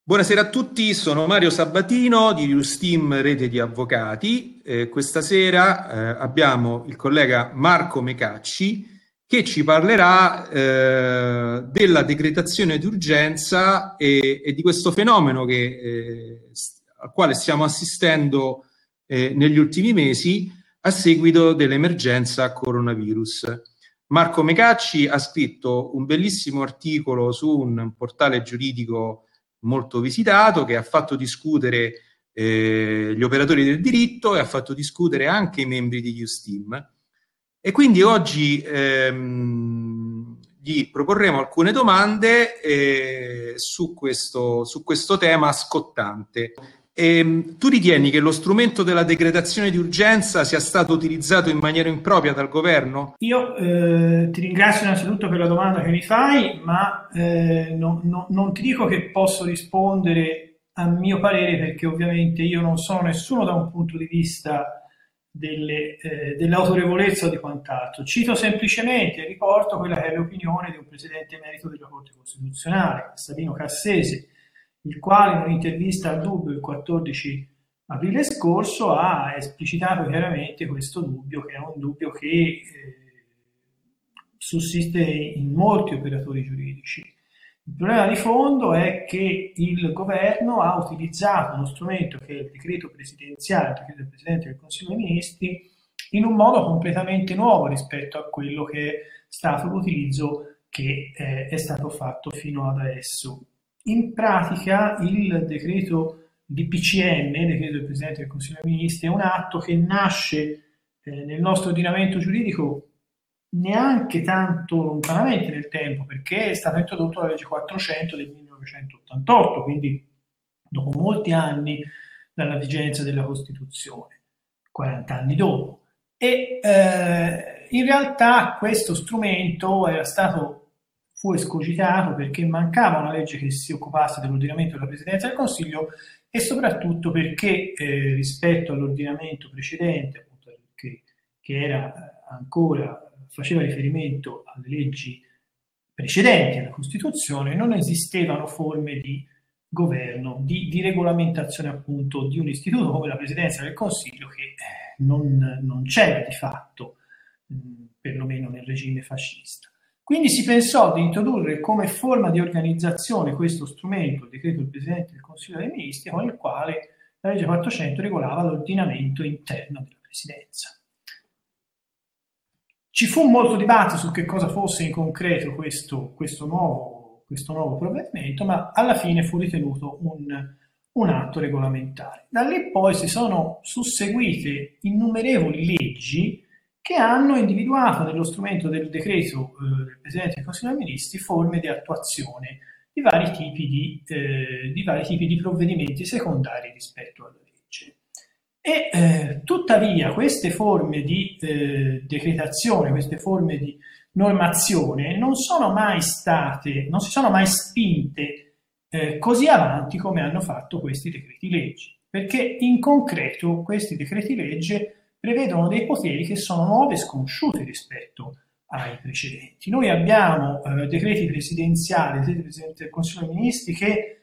Buonasera a tutti, sono Mario Sabatino di Justim Rete di Avvocati. Questa sera abbiamo il collega Marco Mecacci che ci parlerà della decretazione d'urgenza e di questo fenomeno al quale stiamo assistendo negli ultimi mesi a seguito dell'emergenza coronavirus. Marco Mecacci ha scritto un bellissimo articolo su un portale giuridico molto visitato, che ha fatto discutere gli operatori del diritto e ha fatto discutere anche i membri di Justim. E quindi oggi gli proporremo alcune domande su questo tema scottante. Tu ritieni che lo strumento della decretazione di urgenza sia stato utilizzato in maniera impropria dal governo? Io ti ringrazio innanzitutto per la domanda che mi fai, ma non ti dico che posso rispondere a mio parere, perché ovviamente io non sono nessuno da un punto di vista dell'autorevolezza o di quant'altro. Cito semplicemente e riporto quella che è l'opinione di un presidente emerito della Corte Costituzionale, Sabino Cassese, il quale in un'intervista al Dubbio il 14 aprile scorso ha esplicitato chiaramente questo dubbio, che è un dubbio che sussiste in molti operatori giuridici. Il problema di fondo è che il governo ha utilizzato uno strumento che è il decreto presidenziale, il decreto del Presidente del Consiglio dei Ministri, in un modo completamente nuovo rispetto a quello che è stato l'utilizzo che è stato fatto fino ad adesso. In pratica il decreto DPCM, decreto del Presidente del Consiglio dei Ministri, è un atto che nasce nel nostro ordinamento giuridico neanche tanto lontanamente nel tempo, perché è stata introdotta la legge 400 del 1988, quindi dopo molti anni dalla vigenza della Costituzione, 40 anni dopo. E in realtà questo strumento fu escogitato perché mancava una legge che si occupasse dell'ordinamento della Presidenza del Consiglio e soprattutto perché rispetto all'ordinamento precedente, appunto, che era ancora faceva riferimento alle leggi precedenti alla Costituzione, non esistevano forme di governo, di regolamentazione appunto di un istituto come la Presidenza del Consiglio, che non c'era di fatto, perlomeno nel regime fascista. Quindi si pensò di introdurre come forma di organizzazione questo strumento, il decreto del Presidente del Consiglio dei Ministri, con il quale la legge 400 regolava l'ordinamento interno della Presidenza. Ci fu molto dibattito su che cosa fosse in concreto questo nuovo provvedimento, ma alla fine fu ritenuto un atto regolamentare. Da lì poi si sono susseguite innumerevoli leggi che hanno individuato nello strumento del decreto del Presidente del Consiglio dei Ministri forme di attuazione di vari tipi di provvedimenti secondari rispetto alla legge. E tuttavia queste forme di decretazione, queste forme di normazione non si sono mai spinte così avanti come hanno fatto questi decreti legge, perché in concreto questi decreti legge prevedono dei poteri che sono nuovi e sconosciuti rispetto ai precedenti. Noi abbiamo decreti presidenziali, decreti del Presidente del Consiglio dei Ministri che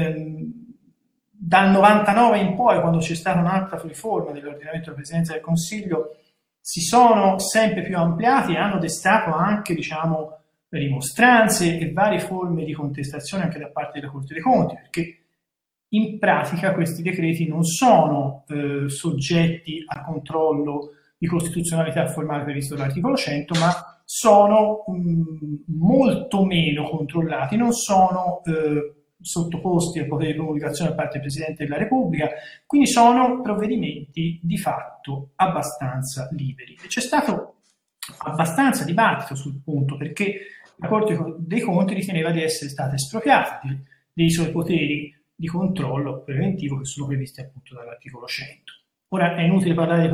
dal 99 in poi, quando c'è stata un'altra riforma dell'ordinamento della Presidenza del Consiglio, si sono sempre più ampliati e hanno destato anche, rimostranze e varie forme di contestazione anche da parte della Corte dei Conti, perché in pratica questi decreti non sono soggetti a controllo di costituzionalità formale previsto dall'articolo 100, ma sono molto meno controllati, non sono sottoposti al potere di promulgazione da parte del Presidente della Repubblica, quindi sono provvedimenti di fatto abbastanza liberi. E c'è stato abbastanza dibattito sul punto, perché la Corte dei Conti riteneva di essere stata espropriata dei suoi poteri di controllo preventivo che sono previsti appunto dall'articolo 100. Ora è inutile parlare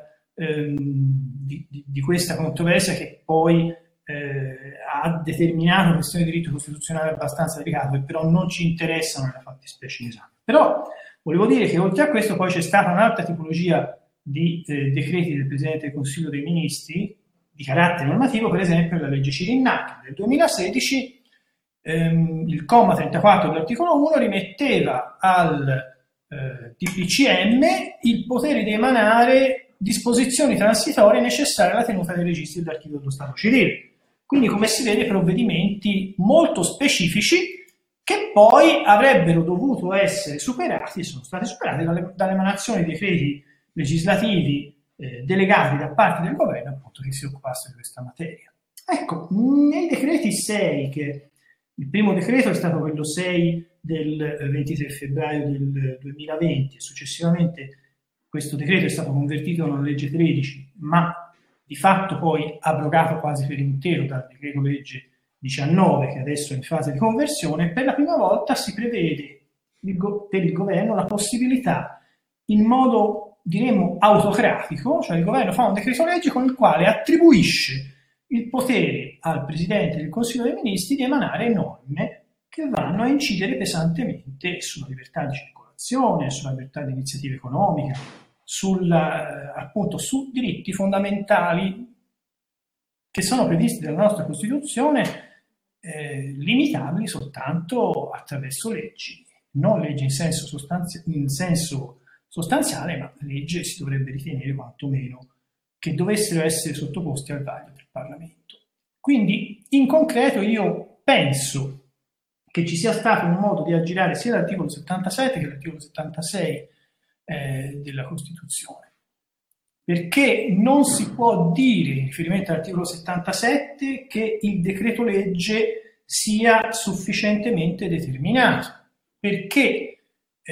di questa controversia che poi ha determinato questioni di diritto costituzionale abbastanza delicate, che però non ci interessano nella fattispecie in esame. Però volevo dire che oltre a questo poi c'è stata un'altra tipologia di decreti del Presidente del Consiglio dei Ministri di carattere normativo, per esempio la legge Cirinnati del 2016, il comma 34 dell'articolo 1 rimetteva al DPCM il potere di emanare disposizioni transitorie necessarie alla tenuta dei registri dell'archivio dello Stato civile. Quindi, come si vede, provvedimenti molto specifici che poi avrebbero dovuto essere superati, sono stati superati dall'emanazione di decreti legislativi delegati da parte del governo, appunto, che si occupasse di questa materia. Ecco, nei decreti 6, che il primo decreto è stato quello 6 del 23 febbraio del 2020 e successivamente questo decreto è stato convertito in una legge 13, ma di fatto poi abrogato quasi per intero dal decreto legge 19, che adesso è in fase di conversione. Per la prima volta si prevede per il governo la possibilità, in modo diremmo autocratico, cioè il governo fa un decreto legge con il quale attribuisce il potere al Presidente del Consiglio dei Ministri di emanare norme che vanno a incidere pesantemente sulla libertà di circolazione, sulla libertà di iniziativa economica, appunto su diritti fondamentali che sono previsti dalla nostra Costituzione, limitabili soltanto attraverso leggi, non leggi in senso sostanziale, ma leggi si dovrebbe ritenere quantomeno che dovessero essere sottoposti al vaglio del Parlamento. Quindi, in concreto, io penso che ci sia stato un modo di aggirare sia l'articolo 77 che l'articolo 76 della Costituzione, perché non si può dire, in riferimento all'articolo 77, che il decreto legge sia sufficientemente determinato, perché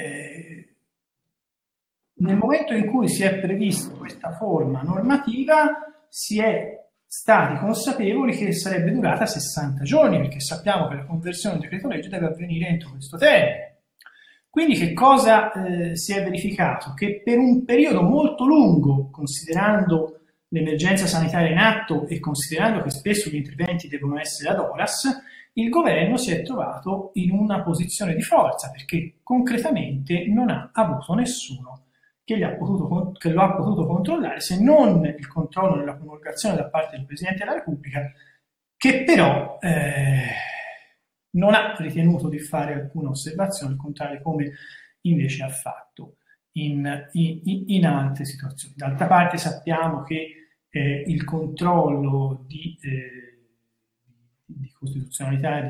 nel momento in cui si è prevista questa forma normativa si è stati consapevoli che sarebbe durata 60 giorni, perché sappiamo che la conversione del decreto legge deve avvenire entro questo termine. Quindi che cosa si è verificato? Che per un periodo molto lungo, considerando l'emergenza sanitaria in atto e considerando che spesso gli interventi devono essere ad horas, il governo si è trovato in una posizione di forza, perché concretamente non ha avuto nessuno che lo ha potuto controllare, se non il controllo nella promulgazione da parte del Presidente della Repubblica, che però non ha ritenuto di fare alcuna osservazione, al contrario, come invece ha fatto in altre situazioni. D'altra parte sappiamo che il controllo di costituzionalità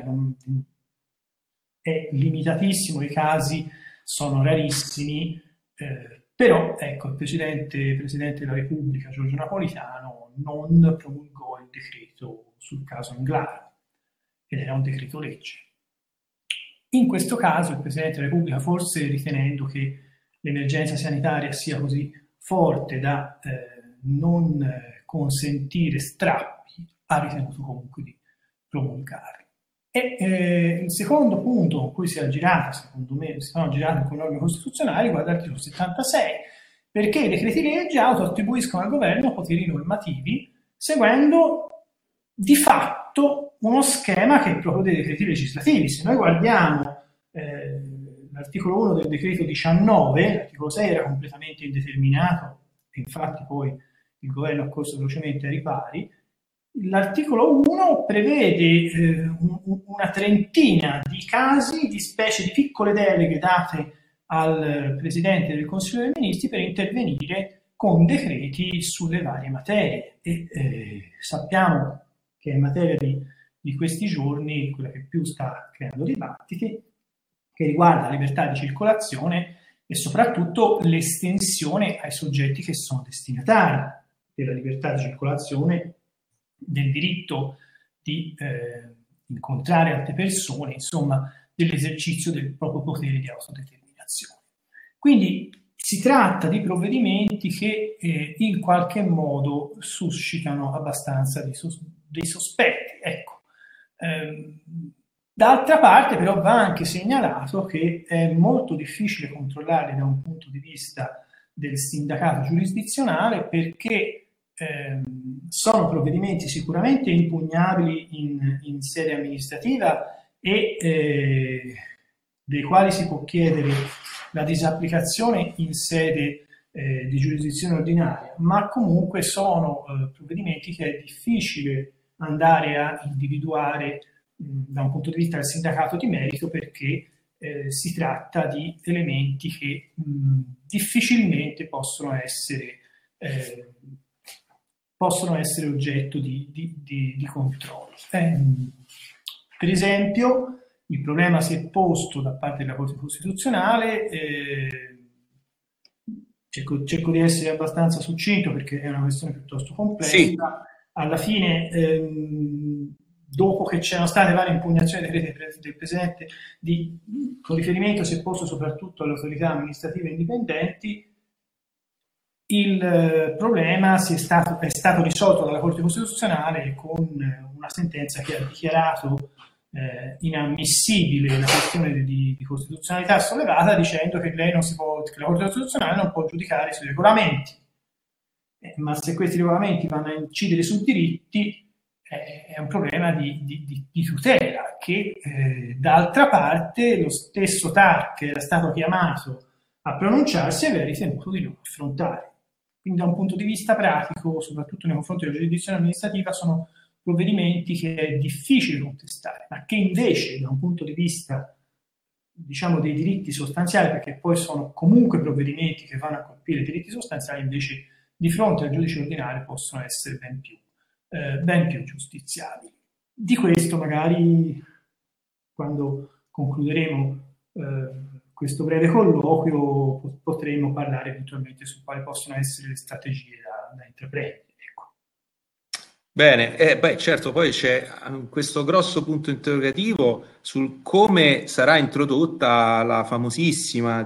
è limitatissimo, i casi sono rarissimi, però ecco, il Presidente della Repubblica, Giorgio Napolitano, non promulgò il decreto sul caso Englaro, ed era un decreto legge. In questo caso il Presidente della Repubblica, forse ritenendo che l'emergenza sanitaria sia così forte da non consentire strappi, ha ritenuto comunque di promulgarlo. E il secondo punto con cui si è aggirata, secondo me, si sono aggirate con norme costituzionali, riguarda l'articolo 76, perché i decreti legge autoattribuiscono al governo poteri normativi seguendo di fatto uno schema che è proprio dei decreti legislativi. Se noi guardiamo l'articolo 1 del decreto 19, l'articolo 6 era completamente indeterminato e infatti poi il governo ha corso velocemente ai ripari. L'articolo 1 prevede una trentina di casi di specie di piccole deleghe date al Presidente del Consiglio dei Ministri per intervenire con decreti sulle varie materie e sappiamo che in materia di questi giorni quella che più sta creando dibattiti, che riguarda la libertà di circolazione e soprattutto l'estensione ai soggetti che sono destinatari della libertà di circolazione, del diritto di incontrare altre persone, insomma dell'esercizio del proprio potere di autodeterminazione. Quindi si tratta di provvedimenti che in qualche modo suscitano abbastanza dei sospetti. Ecco. D'altra parte però va anche segnalato che è molto difficile controllarli da un punto di vista del sindacato giurisdizionale, perché sono provvedimenti sicuramente impugnabili in sede amministrativa e dei quali si può chiedere la disapplicazione in sede di giurisdizione ordinaria, ma comunque sono provvedimenti che è difficile andare a individuare da un punto di vista del sindacato di merito, perché si tratta di elementi che difficilmente possono essere oggetto di controllo. Per esempio, il problema si è posto da parte della Corte Costituzionale, cerco di essere abbastanza succinto perché è una questione piuttosto complessa. Sì. Alla fine, dopo che c'erano state varie impugnazioni dei decreti del Presidente, con riferimento si è posto soprattutto alle autorità amministrative indipendenti, il problema è stato risolto dalla Corte Costituzionale con una sentenza che ha dichiarato inammissibile la questione di costituzionalità sollevata, dicendo che che la Corte Costituzionale non può giudicare sui regolamenti. Ma se questi regolamenti vanno a incidere su diritti, è un problema di tutela che d'altra parte lo stesso TAR che era stato chiamato a pronunciarsi aveva ritenuto di non affrontare. Quindi da un punto di vista pratico, soprattutto nei confronti della giurisdizione amministrativa, sono provvedimenti che è difficile contestare, ma che invece da un punto di vista, diciamo, dei diritti sostanziali, perché poi sono comunque provvedimenti che vanno a colpire i diritti sostanziali, invece di fronte al giudice ordinario possono essere ben più giustiziabili. Di questo magari quando concluderemo questo breve colloquio potremo parlare eventualmente su quali possono essere le strategie da intraprendere. Ecco. Bene, certo, poi c'è questo grosso punto interrogativo sul come sarà introdotta la famosissima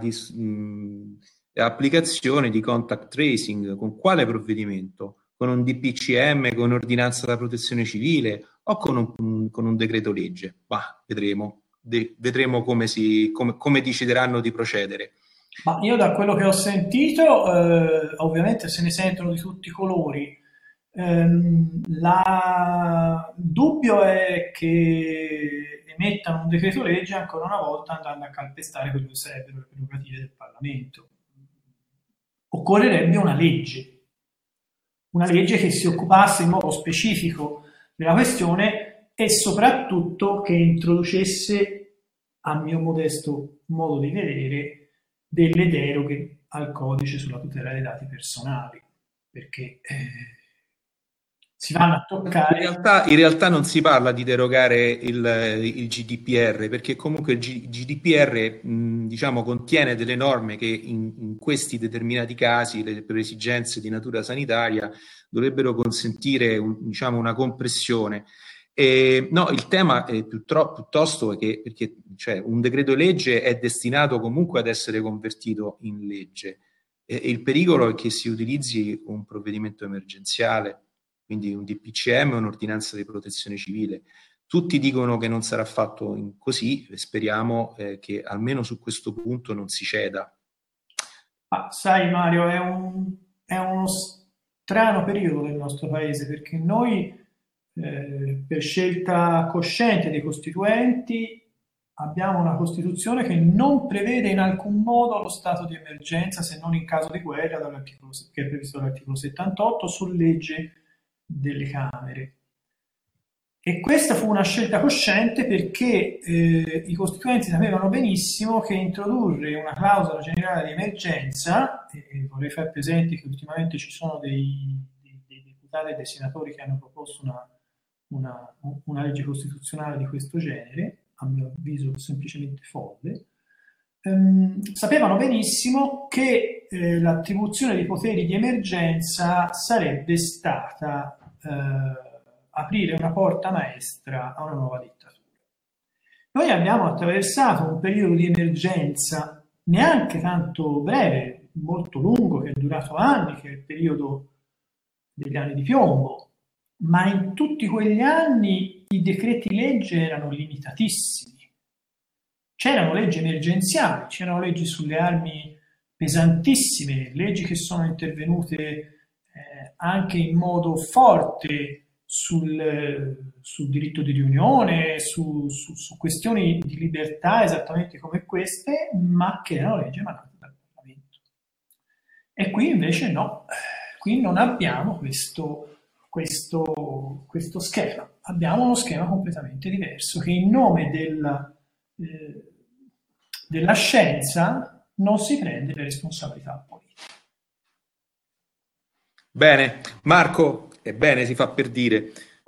applicazione di contact tracing, con quale provvedimento? Con un DPCM, con un'ordinanza da protezione civile o con un decreto legge? Vedremo. Vedremo come decideranno di procedere. Ma io da quello che ho sentito, ovviamente se ne sentono di tutti i colori. Il dubbio è che emettano un decreto legge ancora una volta andando a calpestare quello che sarebbero le prerogative del Parlamento. Occorrerebbe una legge che si occupasse in modo specifico della questione e soprattutto che introducesse, a mio modesto modo di vedere, delle deroghe al codice sulla tutela dei dati personali, perché si vanno a toccare... In realtà non si parla di derogare il GDPR, perché comunque il GDPR diciamo, contiene delle norme che in questi determinati casi, per esigenze di natura sanitaria, dovrebbero consentire una compressione. No, il tema è piuttosto perché cioè, un decreto legge è destinato comunque ad essere convertito in legge e il pericolo è che si utilizzi un provvedimento emergenziale, quindi un DPCM o un'ordinanza di protezione civile. Tutti dicono che non sarà fatto così e speriamo che almeno su questo punto non si ceda. Sai Mario, è uno strano periodo del nostro paese, perché noi per scelta cosciente dei costituenti abbiamo una Costituzione che non prevede in alcun modo lo stato di emergenza se non in caso di guerra, che è previsto dall'articolo 78 su legge delle Camere. E questa fu una scelta cosciente perché i costituenti sapevano benissimo che introdurre una clausola generale di emergenza, e vorrei far presente che ultimamente ci sono dei deputati e dei senatori che hanno proposto una legge costituzionale di questo genere, a mio avviso semplicemente folle, sapevano benissimo che l'attribuzione dei poteri di emergenza sarebbe stata aprire una porta maestra a una nuova dittatura. Noi abbiamo attraversato un periodo di emergenza neanche tanto breve, molto lungo, che è durato anni, che è il periodo degli anni di piombo, ma in tutti quegli anni i decreti legge erano limitatissimi. C'erano leggi emergenziali, c'erano leggi sulle armi pesantissime, leggi che sono intervenute anche in modo forte sul diritto di riunione, su questioni di libertà esattamente come queste, ma che erano leggi emanate dal Parlamento. E qui invece no, qui non abbiamo questo questo schema. Abbiamo uno schema completamente diverso che in nome della scienza non si prende le responsabilità politiche. Bene, Marco, ebbene si fa per dire.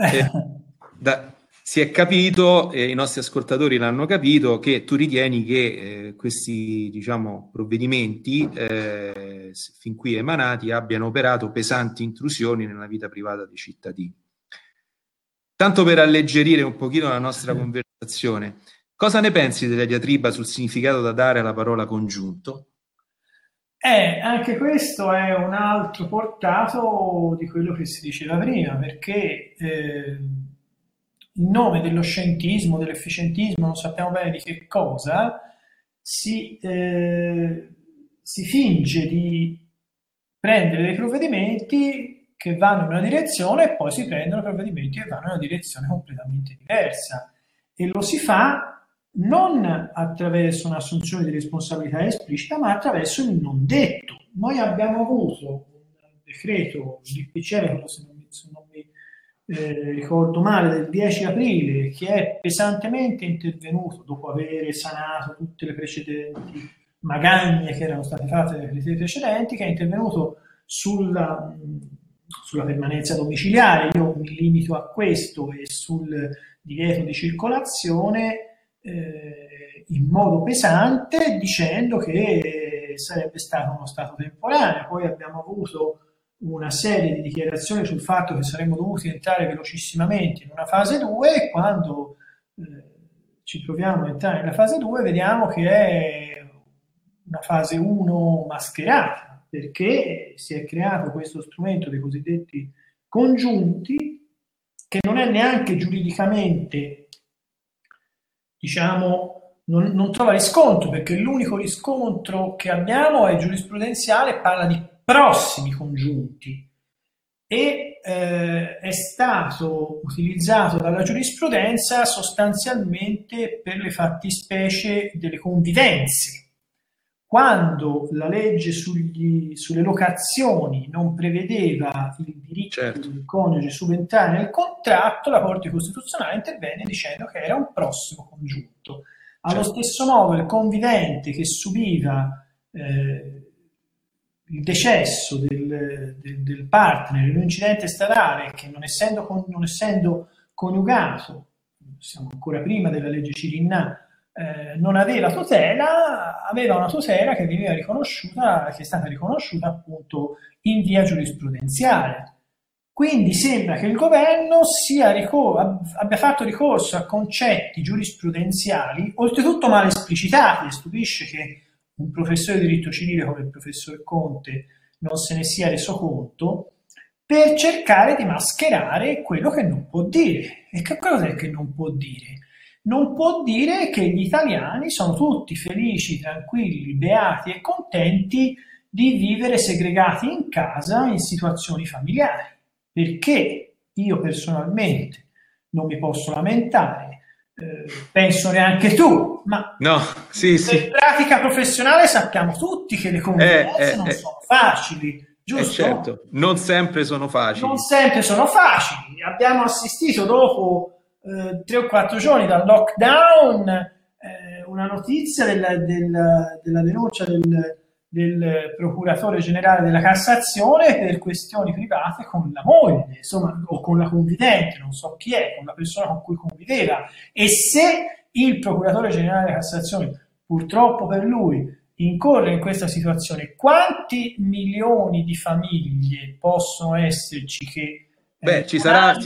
Si è capito, i nostri ascoltatori l'hanno capito, che tu ritieni che questi, diciamo, provvedimenti fin qui emanati abbiano operato pesanti intrusioni nella vita privata dei cittadini. Tanto per alleggerire un pochino la nostra conversazione, cosa ne pensi della diatriba sul significato da dare alla parola congiunto? Anche questo è un altro portato di quello che si diceva prima, perché in nome dello scientismo, dell'efficientismo, non sappiamo bene di che cosa, si finge di prendere dei provvedimenti che vanno in una direzione e poi si prendono provvedimenti che vanno in una direzione completamente diversa. E lo si fa non attraverso un'assunzione di responsabilità esplicita, ma attraverso il non detto. Noi abbiamo avuto un decreto di DPCM, se non mi ricordo male, del 10 aprile, che è pesantemente intervenuto dopo aver sanato tutte le precedenti magagne che erano state fatte dai decreti precedenti, che è intervenuto sulla permanenza domiciliare. Io mi limito a questo, e sul divieto di circolazione in modo pesante, dicendo che sarebbe stato uno stato temporaneo. Poi abbiamo avuto una serie di dichiarazioni sul fatto che saremmo dovuti entrare velocissimamente in una fase 2, e quando ci proviamo a entrare nella fase 2 vediamo che è una fase 1 mascherata, perché si è creato questo strumento dei cosiddetti congiunti, che non è neanche giuridicamente, diciamo, non trova riscontro, perché l'unico riscontro che abbiamo è giurisprudenziale, parla di prossimi congiunti, e è stato utilizzato dalla giurisprudenza sostanzialmente per le fattispecie delle convivenze. Quando la legge sulle locazioni non prevedeva il diritto del coniuge subentrare nel contratto, la Corte Costituzionale intervenne dicendo che era un prossimo congiunto. Allo stesso modo, il convivente che subiva il decesso del partner in un incidente stradale, che non essendo coniugato, siamo ancora prima della legge Cirinnà, non aveva tutela, aveva una tutela che veniva riconosciuta, che è stata riconosciuta appunto in via giurisprudenziale. Quindi sembra che il governo abbia fatto ricorso a concetti giurisprudenziali, oltretutto mal esplicitati. E stupisce che un professore di diritto civile come il professor Conte non se ne sia reso conto, per cercare di mascherare quello che non può dire. E che cosa è che non può dire? Non può dire che gli italiani sono tutti felici, tranquilli, beati e contenti di vivere segregati in casa in situazioni familiari, perché io personalmente non mi posso lamentare, penso neanche tu, ma no, sì. Per pratica professionale sappiamo tutti che le convivenze non sono facili, giusto? Certo, non sempre sono facili. Non sempre sono facili. Abbiamo assistito dopo 3 o 4 giorni dal lockdown una notizia della denuncia del procuratore generale della Cassazione per questioni private con la moglie, insomma, o con la convivente, non so chi è, con la persona con cui conviveva. E se il procuratore generale della Cassazione, purtroppo per lui, incorre in questa situazione, quanti milioni di famiglie possono esserci che ci sarà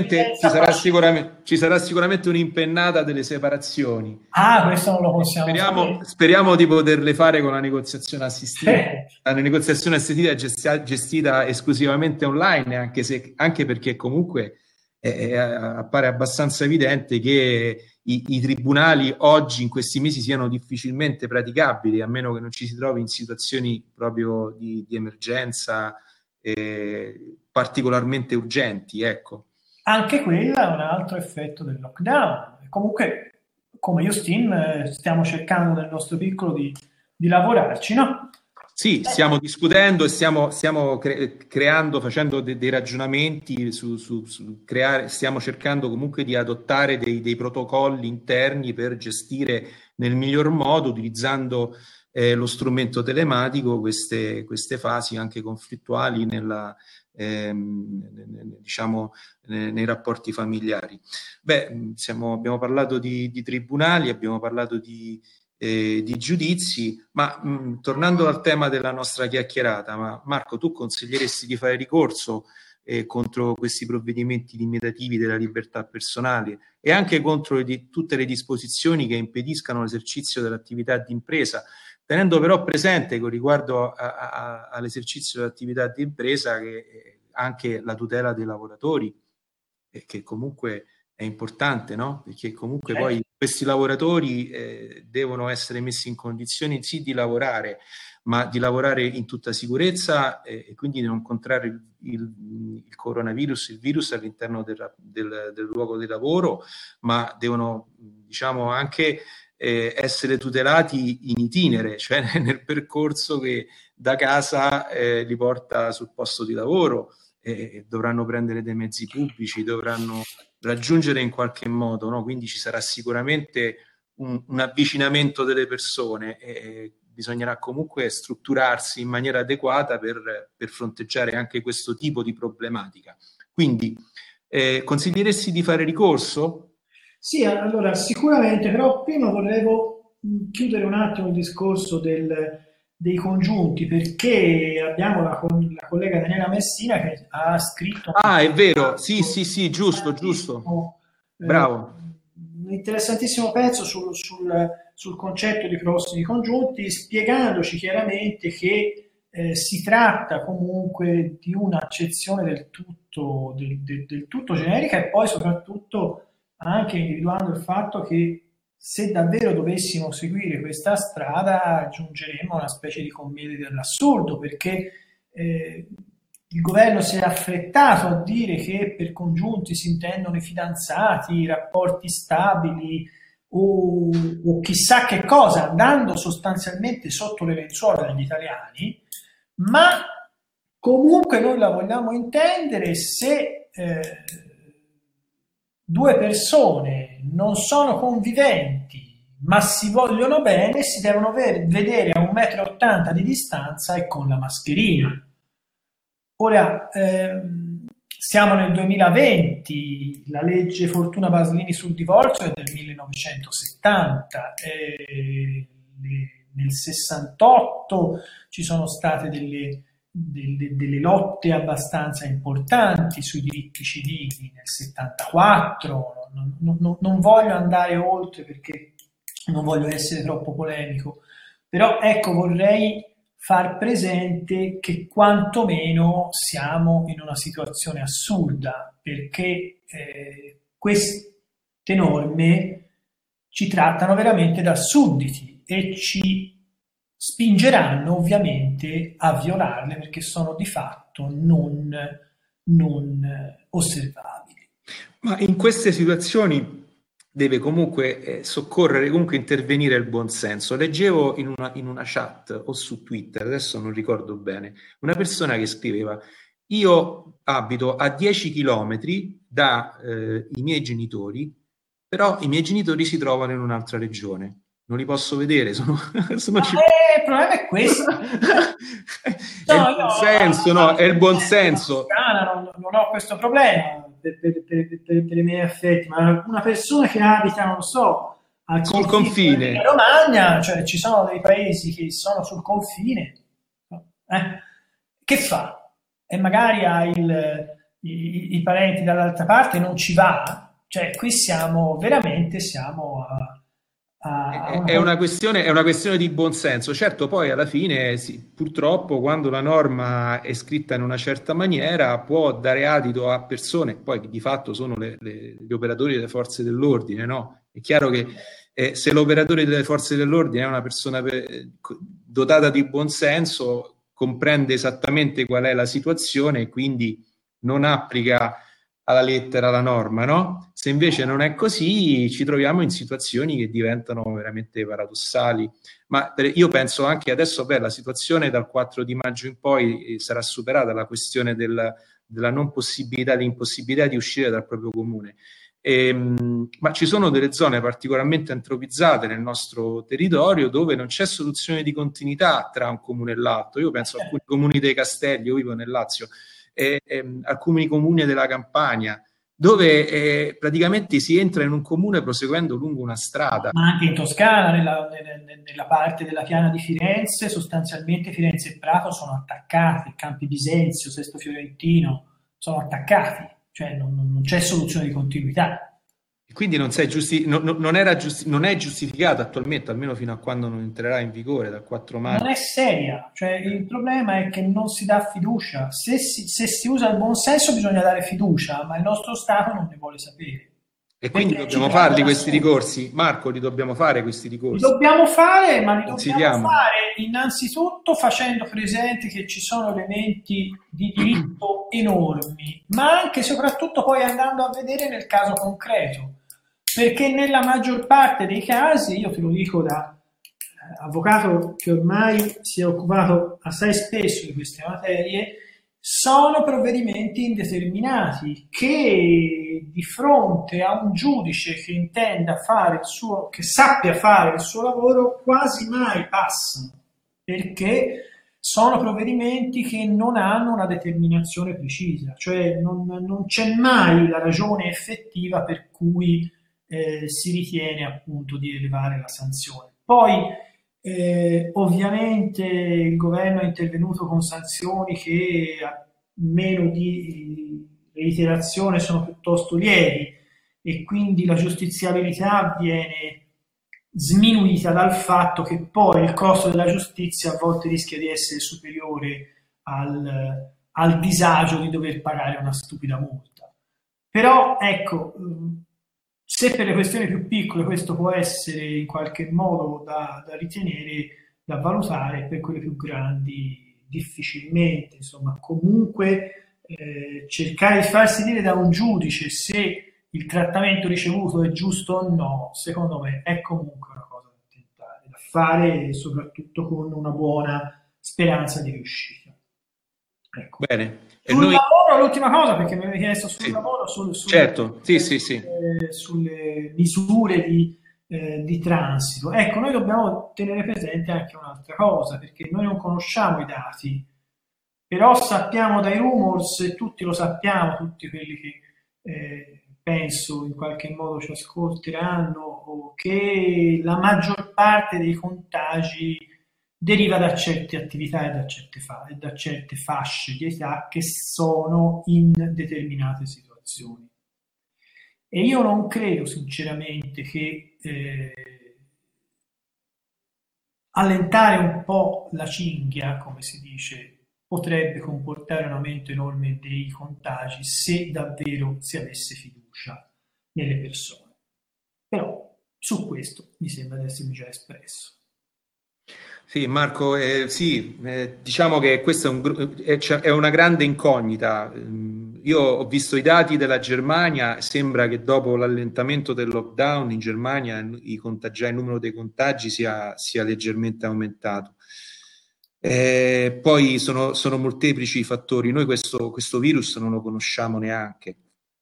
sicuramente un'impennata delle separazioni. Questo non lo possiamo speriamo di poterle fare con la negoziazione assistita. La negoziazione assistita è gestita esclusivamente online, anche perché comunque appare abbastanza evidente che i tribunali oggi in questi mesi siano difficilmente praticabili, a meno che non ci si trovi in situazioni proprio di emergenza particolarmente urgenti, ecco. Anche quella è un altro effetto del lockdown. Comunque, come io stiamo cercando nel nostro piccolo di lavorarci, no? Sì, stiamo discutendo e stiamo creando, facendo dei ragionamenti su creare, stiamo cercando comunque di adottare dei protocolli interni per gestire nel miglior modo, utilizzando lo strumento telematico, queste fasi anche conflittuali diciamo, nei rapporti familiari. Beh, abbiamo parlato di tribunali, abbiamo parlato di giudizi, ma tornando al tema della nostra chiacchierata, ma Marco, tu consiglieresti di fare ricorso contro questi provvedimenti limitativi della libertà personale e anche contro tutte le disposizioni che impediscano l'esercizio dell'attività di impresa, tenendo però presente con riguardo all'esercizio dell'attività di impresa che anche la tutela dei lavoratori, che comunque è importante, no? Perché comunque poi questi lavoratori devono essere messi in condizioni sì di lavorare, ma di lavorare in tutta sicurezza e quindi di non contrarre il coronavirus, il virus all'interno del luogo di lavoro, ma devono, diciamo, anche essere tutelati in itinere, cioè nel percorso che da casa li porta sul posto di lavoro. Dovranno prendere dei mezzi pubblici, dovranno raggiungere in qualche modo, no? Quindi ci sarà sicuramente un avvicinamento delle persone e bisognerà comunque strutturarsi in maniera adeguata per fronteggiare anche questo tipo di problematica. Quindi consiglieresti di fare ricorso? Sì, allora sicuramente, però prima volevo chiudere un attimo il discorso dei congiunti, perché abbiamo la collega Daniela Messina che ha scritto Ah, è vero, sì, giusto, eh, bravo. un interessantissimo pezzo sul concetto di prossimi congiunti, spiegandoci chiaramente che si tratta comunque di un'accezione del tutto generica e poi soprattutto anche individuando il fatto che se davvero dovessimo seguire questa strada giungeremo a una specie di commedia dell'assurdo, perché il governo si è affrettato a dire che per congiunti si intendono i fidanzati, i rapporti stabili o chissà che cosa, andando sostanzialmente sotto le lenzuola degli italiani, ma comunque noi la vogliamo intendere se due persone non sono conviventi ma si vogliono bene, si devono vedere a 1,80 m di distanza e con la mascherina. Ora, siamo nel 2020, la legge Fortuna Paslini sul divorzio è del 1970, nel 68 ci sono state delle lotte abbastanza importanti sui diritti civili, nel 74, non voglio andare oltre perché non voglio essere troppo polemico, però ecco vorrei far presente che quantomeno siamo in una situazione assurda perché queste norme ci trattano veramente da sudditi e ci spingeranno ovviamente a violarle perché sono di fatto non osservabili. Ma in queste situazioni deve comunque soccorrere, comunque intervenire il buonsenso. Leggevo in una chat o su Twitter, adesso non ricordo bene, una persona che scriveva: io abito a 10 chilometri dai miei genitori, però i miei genitori si trovano in un'altra regione. Non li posso vedere, sono il problema è questo. È il buonsenso, no? È il buonsenso. Non ho questo problema per i miei affetti, ma una persona che abita, non lo so, sul confine in Romagna, cioè ci sono dei paesi che sono sul confine, che fa? E magari ha i parenti dall'altra parte, non ci va? Cioè qui siamo è una questione di buonsenso. Certo, poi alla fine, sì, purtroppo, quando la norma è scritta in una certa maniera, può dare adito a persone, poi che di fatto sono gli operatori delle forze dell'ordine, no? È chiaro che se l'operatore delle forze dell'ordine è una persona dotata di buonsenso, comprende esattamente qual è la situazione e quindi non applica alla lettera la norma, no? Se invece non è così, ci troviamo in situazioni che diventano veramente paradossali. Ma io penso anche adesso, la situazione dal 4 di maggio in poi sarà superata la questione della non possibilità, l'impossibilità di uscire dal proprio comune. Ma ci sono delle zone particolarmente antropizzate nel nostro territorio dove non c'è soluzione di continuità tra un comune e l'altro. Io penso a alcuni comuni dei Castelli, io vivo nel Lazio, alcuni comuni della Campania, dove praticamente si entra in un comune proseguendo lungo una strada. Ma anche in Toscana, nella parte della piana di Firenze, sostanzialmente Firenze e Prato sono attaccati, Campi Bisenzio, Sesto Fiorentino, sono attaccati, cioè non c'è soluzione di continuità. Quindi non è giustificata attualmente, almeno fino a quando non entrerà in vigore dal 4 maggio. Non è seria, cioè il problema è che non si dà fiducia. Se si usa il buon senso bisogna dare fiducia, ma il nostro Stato non ne vuole sapere. E quindi dobbiamo farli questi ricorsi? Marco, li dobbiamo fare questi ricorsi? Li dobbiamo fare, ma li dobbiamo fare innanzitutto facendo presente che ci sono elementi di diritto enormi, ma anche e soprattutto poi andando a vedere nel caso concreto. Perché nella maggior parte dei casi, io te lo dico da avvocato che ormai si è occupato assai spesso di queste materie, sono provvedimenti indeterminati che di fronte a un giudice che intenda fare che sappia fare il suo lavoro, quasi mai passano, perché sono provvedimenti che non hanno una determinazione precisa, cioè non c'è mai la ragione effettiva per cui si ritiene appunto di elevare la sanzione. Poi ovviamente il governo è intervenuto con sanzioni che a meno di reiterazione sono piuttosto lievi e quindi la giustiziabilità viene sminuita dal fatto che poi il costo della giustizia a volte rischia di essere superiore al disagio di dover pagare una stupida multa. Però ecco, se per le questioni più piccole questo può essere in qualche modo da ritenere, da valutare, per quelle più grandi difficilmente, insomma, comunque cercare di farsi dire da un giudice se il trattamento ricevuto è giusto o no, secondo me è comunque una cosa da tentare, da fare, soprattutto con una buona speranza di riuscita. Ecco. Bene. Sul lavoro, l'ultima cosa, perché mi avete chiesto sul lavoro, certo. sulle misure di transito. Ecco, noi dobbiamo tenere presente anche un'altra cosa, perché noi non conosciamo i dati, però sappiamo dai rumors, e tutti lo sappiamo, tutti quelli che penso in qualche modo ci ascolteranno, che la maggior parte dei contagi deriva da certe attività e da certe fasce di età che sono in determinate situazioni. E io non credo sinceramente che allentare un po' la cinghia, come si dice, potrebbe comportare un aumento enorme dei contagi se davvero si avesse fiducia nelle persone. Però su questo mi sembra di essermi già espresso. Sì, Marco, diciamo che questa è una grande incognita. Io ho visto i dati della Germania, sembra che dopo l'allentamento del lockdown in Germania il numero dei contagi sia leggermente aumentato. Poi sono molteplici i fattori, noi questo virus non lo conosciamo neanche,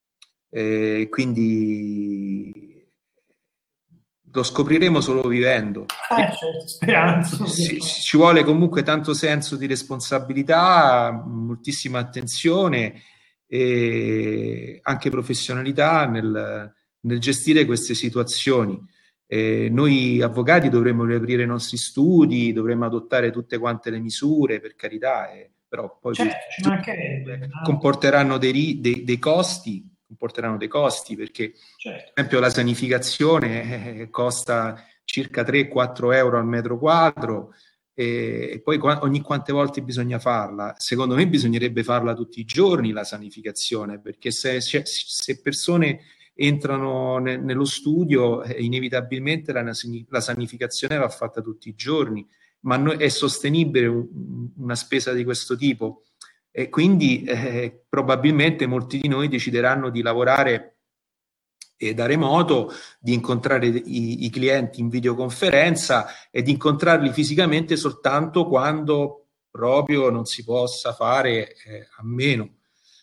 quindi lo scopriremo solo vivendo. Certo, speranza. Ci vuole comunque tanto senso di responsabilità, moltissima attenzione e anche professionalità nel gestire queste situazioni. Noi avvocati dovremmo riaprire i nostri studi, dovremmo adottare tutte quante le misure, per carità, però poi comporteranno dei costi. Perché per esempio la sanificazione costa circa 3-4 euro al metro quadro e poi ogni quante volte bisogna farla. Secondo me bisognerebbe farla tutti i giorni la sanificazione, perché se persone entrano nello studio inevitabilmente la sanificazione va fatta tutti i giorni, ma è sostenibile una spesa di questo tipo? E quindi probabilmente molti di noi decideranno di lavorare e da remoto, di incontrare i clienti in videoconferenza e di incontrarli fisicamente soltanto quando proprio non si possa fare a meno.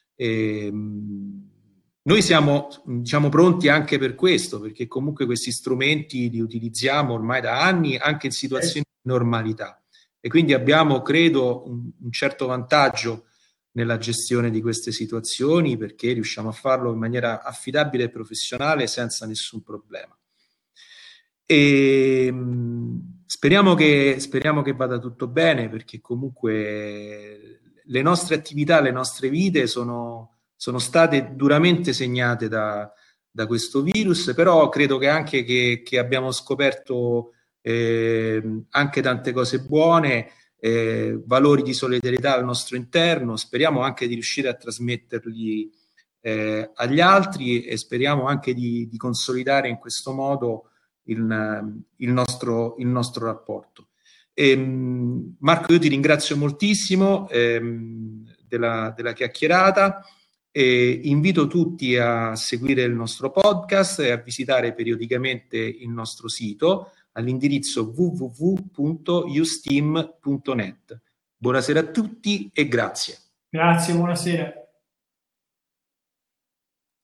Noi siamo, diciamo, pronti anche per questo, perché comunque questi strumenti li utilizziamo ormai da anni anche in situazioni di normalità, e quindi abbiamo, credo, un certo vantaggio nella gestione di queste situazioni, perché riusciamo a farlo in maniera affidabile e professionale senza nessun problema. E speriamo che vada tutto bene, perché comunque le nostre attività, le nostre vite sono state duramente segnate da questo virus, però credo che anche che abbiamo scoperto anche tante cose buone, valori di solidarietà al nostro interno. Speriamo anche di riuscire a trasmetterli agli altri, e speriamo anche di consolidare in questo modo il nostro rapporto. Marco, io ti ringrazio moltissimo della chiacchierata, e invito tutti a seguire il nostro podcast e a visitare periodicamente il nostro sito all'indirizzo www.usteam.net. Buonasera a tutti e grazie. Grazie, buonasera.